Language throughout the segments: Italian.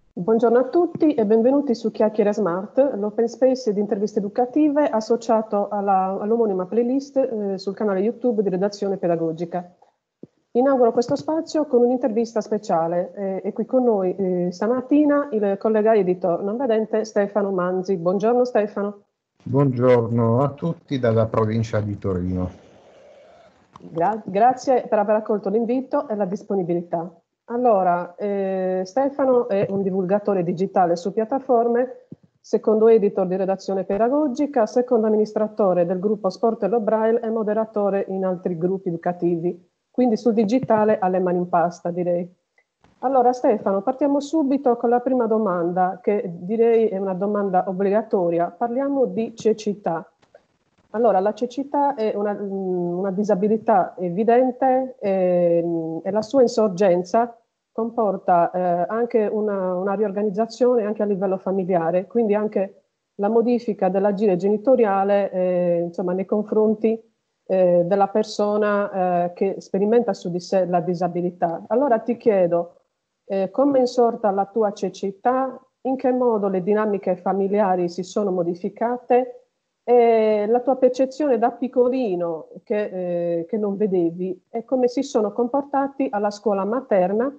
Buongiorno a tutti e benvenuti su Chiacchiere Smart, l'open space di interviste educative associato all'omonima playlist sul canale YouTube di Redazione Pedagogica. Inauguro questo spazio con un'intervista speciale. È qui con noi stamattina il collega editor non vedente Stefano Manzi. Buongiorno Stefano. Buongiorno a tutti dalla provincia di Torino. Grazie per aver accolto l'invito e la disponibilità. Allora, Stefano è un divulgatore digitale su piattaforme, secondo editor di Redazione Pedagogica, secondo amministratore del gruppo Sportello Braille e moderatore in altri gruppi educativi, quindi sul digitale alle mani in pasta, direi. Allora Stefano, partiamo subito con la prima domanda, che direi è una domanda obbligatoria. Parliamo di cecità. Allora, la cecità è una disabilità evidente e la sua insorgenza comporta anche una riorganizzazione anche a livello familiare, quindi anche la modifica dell'agire genitoriale insomma, nei confronti della persona che sperimenta su di sé la disabilità. Allora ti chiedo, come è insorta la tua cecità? In che modo le dinamiche familiari si sono modificate? E la tua percezione da piccolino che non vedevi e come si sono comportati alla scuola materna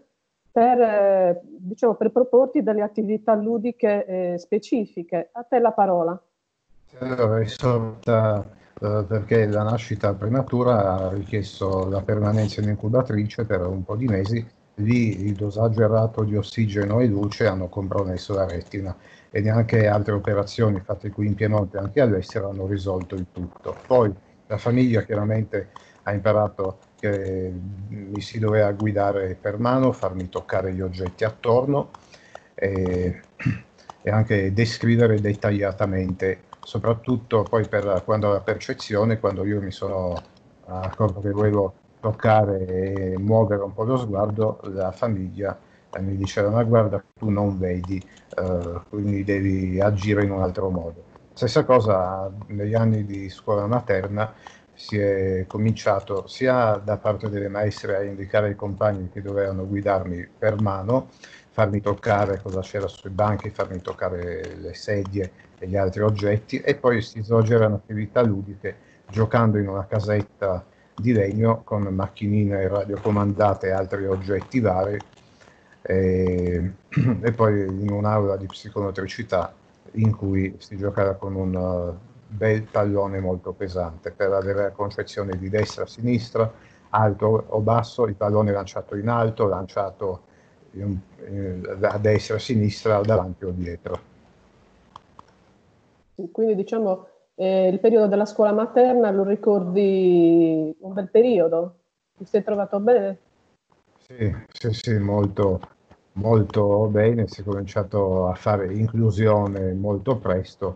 diciamo, per proporti delle attività ludiche specifiche. A te la parola. Allora, è sorta perché la nascita prematura ha richiesto la permanenza in incubatrice per un po' di mesi. Lì il dosaggio errato di ossigeno e luce hanno compromesso la retina e neanche altre operazioni fatte qui in Piemonte e anche all'estero hanno risolto il tutto. Poi la famiglia chiaramente ha imparato che mi si doveva guidare per mano, farmi toccare gli oggetti attorno e, e anche descrivere dettagliatamente, soprattutto poi per quando la percezione, quando io mi sono accorto che volevo toccare e muovere un po' lo sguardo, la famiglia mi diceva: ma guarda, tu non vedi, quindi devi agire in un altro modo. Stessa cosa negli anni di scuola materna, si è cominciato sia da parte delle maestre a indicare ai compagni che dovevano guidarmi per mano, farmi toccare cosa c'era sui banchi, farmi toccare le sedie e gli altri oggetti, e poi si svolgevano attività ludiche giocando in una casetta di legno con macchinine radiocomandate e altri oggetti vari, e poi in un'aula di psicomotricità in cui si giocava con un bel pallone molto pesante per avere la concezione di destra a sinistra, alto o basso, il pallone lanciato in alto, lanciato a destra a sinistra, davanti o dietro. Quindi diciamo il periodo della scuola materna lo ricordi un bel periodo? Ti sei trovato bene? Sì, molto, molto bene. Si è cominciato a fare inclusione molto presto,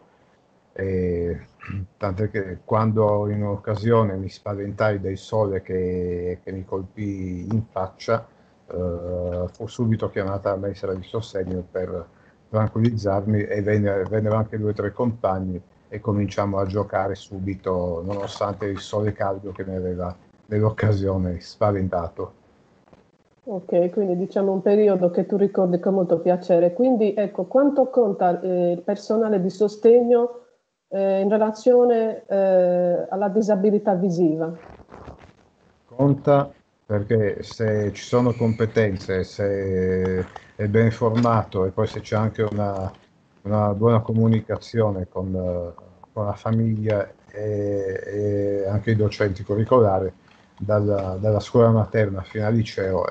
tant'è che quando in un'occasione mi spaventai del sole che mi colpì in faccia, fu subito chiamata la maestra di sostegno per tranquillizzarmi, e vennero anche 2 o 3 compagni e cominciamo a giocare subito, nonostante il sole caldo che mi aveva nell'occasione spaventato. Ok, quindi diciamo un periodo che tu ricordi con molto piacere. Quindi ecco, quanto conta il personale di sostegno in relazione alla disabilità visiva? Conta, perché se ci sono competenze, se è ben formato e poi se c'è anche una buona comunicazione con la famiglia e anche i docenti curricolari, dalla scuola materna fino al liceo,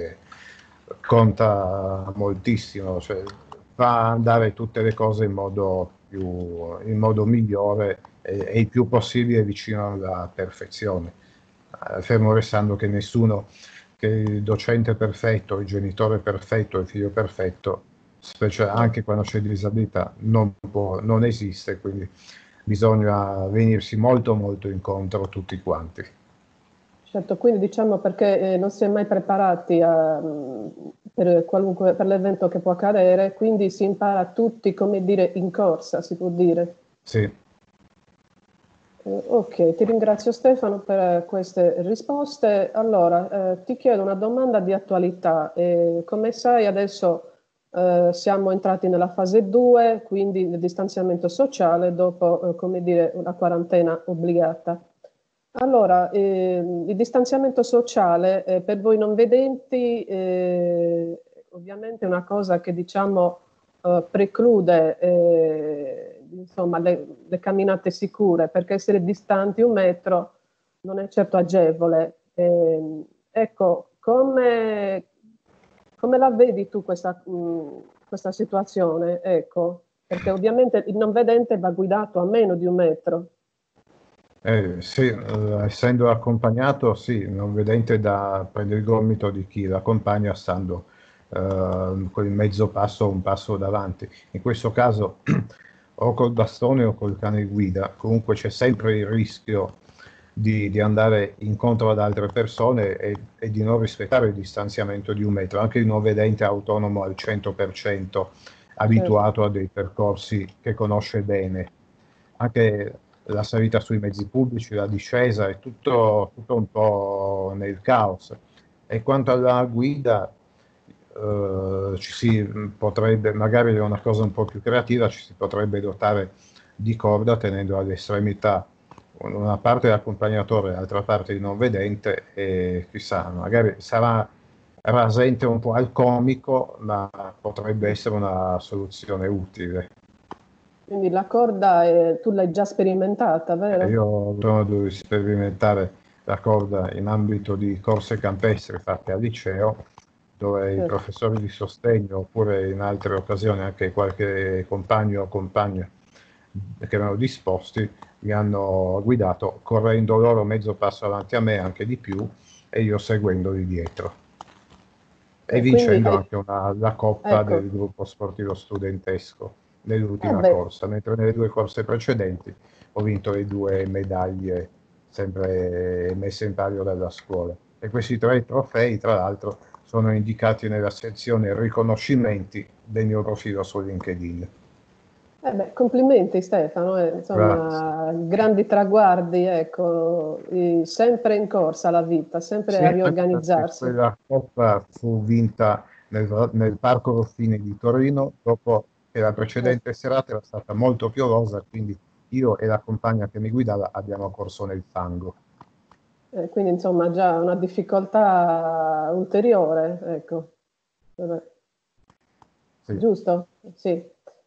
conta moltissimo, cioè fa andare tutte le cose in modo migliore e il più possibile vicino alla perfezione. Fermo restando che nessuno, che il docente perfetto, il genitore perfetto, il figlio perfetto, anche quando c'è disabilità, non esiste, quindi bisogna venirsi molto molto incontro tutti quanti. Certo, quindi diciamo perché non si è mai preparati per l'evento che può accadere, quindi si impara tutti, come dire, in corsa, si può dire. Sì. Ok, ti ringrazio Stefano per queste risposte. Allora, ti chiedo una domanda di attualità. Come sai, adesso siamo entrati nella fase 2, quindi il distanziamento sociale dopo, come dire, una quarantena obbligata. Allora, il distanziamento sociale per voi non vedenti ovviamente è una cosa che diciamo preclude insomma, le camminate sicure, perché essere distanti 1 metro non è certo agevole. Ecco, come la vedi tu questa situazione? Ecco, perché ovviamente il non vedente va guidato a meno di 1 metro. Sì, essendo accompagnato, sì, non vedente da prendere il gomito di chi l'accompagna stando con il mezzo passo o un passo davanti. In questo caso o col bastone o col cane guida, comunque c'è sempre il rischio di andare incontro ad altre persone e di non rispettare il distanziamento di 1 metro. Anche il non vedente autonomo al 100%, abituato a dei percorsi che conosce bene. Anche la salita sui mezzi pubblici, la discesa, è tutto un po' nel caos. E quanto alla guida, ci si potrebbe, magari è una cosa un po' più creativa, ci si potrebbe dotare di corda tenendo all'estremità una parte l'accompagnatore e l'altra parte il non vedente, e chissà, magari sarà rasente un po' al comico, ma potrebbe essere una soluzione utile. Quindi la corda tu l'hai già sperimentata, vero? Io ho avuto modo di sperimentare la corda in ambito di corse campestri fatte al liceo, dove i Certo. professori di sostegno, oppure in altre occasioni anche qualche compagno o compagna che erano disposti, mi hanno guidato correndo loro mezzo passo avanti a me, anche di più, e io seguendoli dietro. E Quindi vincendo anche la coppa ecco, del gruppo sportivo studentesco nell'ultima beh, corsa, mentre nelle 2 corse precedenti ho vinto le 2 medaglie sempre messe in palio dalla scuola. E questi 3 trofei, tra l'altro, sono indicati nella sezione riconoscimenti del mio profilo su LinkedIn. complimenti Stefano, Grazie. insomma, grandi traguardi, ecco, sempre in corsa la vita, sempre Sì, a anche perché riorganizzarsi. quella coppa fu vinta nel Parco Ruffini di Torino, dopo che la Certo. precedente serata era stata molto piovosa, quindi io e la compagna che mi guidava abbiamo corso nel fango. Quindi insomma già una difficoltà ulteriore, ecco. Vabbè. Sì. Giusto? Sì.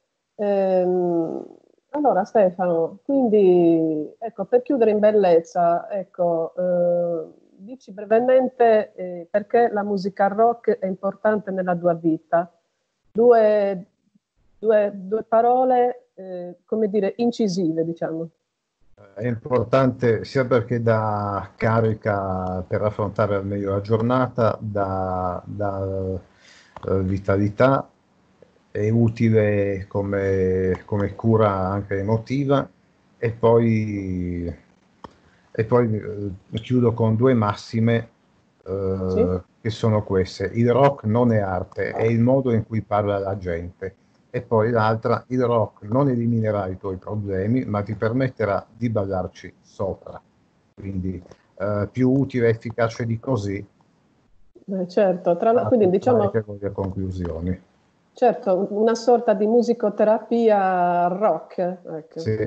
Ehm, allora Stefano, quindi ecco, per chiudere in bellezza, ecco, dici brevemente perché la musica rock è importante nella tua vita. Due, due parole, come dire, incisive, diciamo. È importante sia perché dà carica per affrontare al meglio la giornata, dà vitalità, è utile come cura anche emotiva, e poi, chiudo con 2 massime Sì? che sono queste: il rock non è arte, è il modo in cui parla la gente. E poi l'altra: il rock non eliminerà i tuoi problemi, ma ti permetterà di ballarci sopra. Quindi più utile e efficace di così, Certo, quindi non è diciamo, che voglia conclusioni. certo, una sorta di musicoterapia rock, ecco. Sì,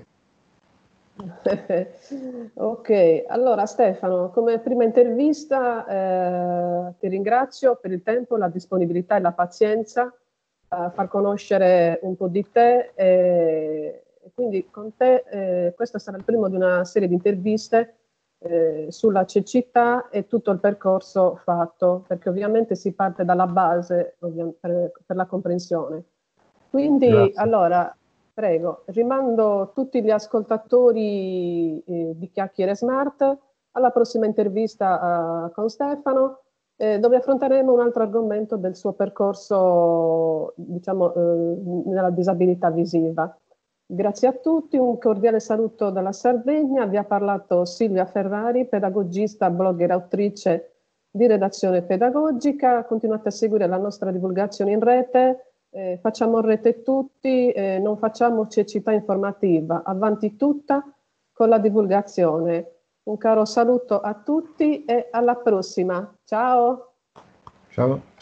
Ok, allora Stefano, come prima intervista ti ringrazio per il tempo, la disponibilità e la pazienza a far conoscere un po' di te e quindi con te questo sarà il primo di una serie di interviste sulla cecità e tutto il percorso fatto, perché ovviamente si parte dalla base per la comprensione. Quindi, grazie. allora, prego, rimando tutti gli ascoltatori di Chiacchiere Smart alla prossima intervista con Stefano, dove affronteremo un altro argomento del suo percorso, diciamo, nella disabilità visiva. Grazie a tutti, un cordiale saluto dalla Sardegna. Vi ha parlato Silvia Ferrari, pedagogista, blogger, autrice di redazione pedagogica. Continuate a seguire la nostra divulgazione in rete. Facciamo rete tutti, non facciamo cecità informativa, avanti tutta con la divulgazione. Un caro saluto a tutti e alla prossima. Ciao! Ciao.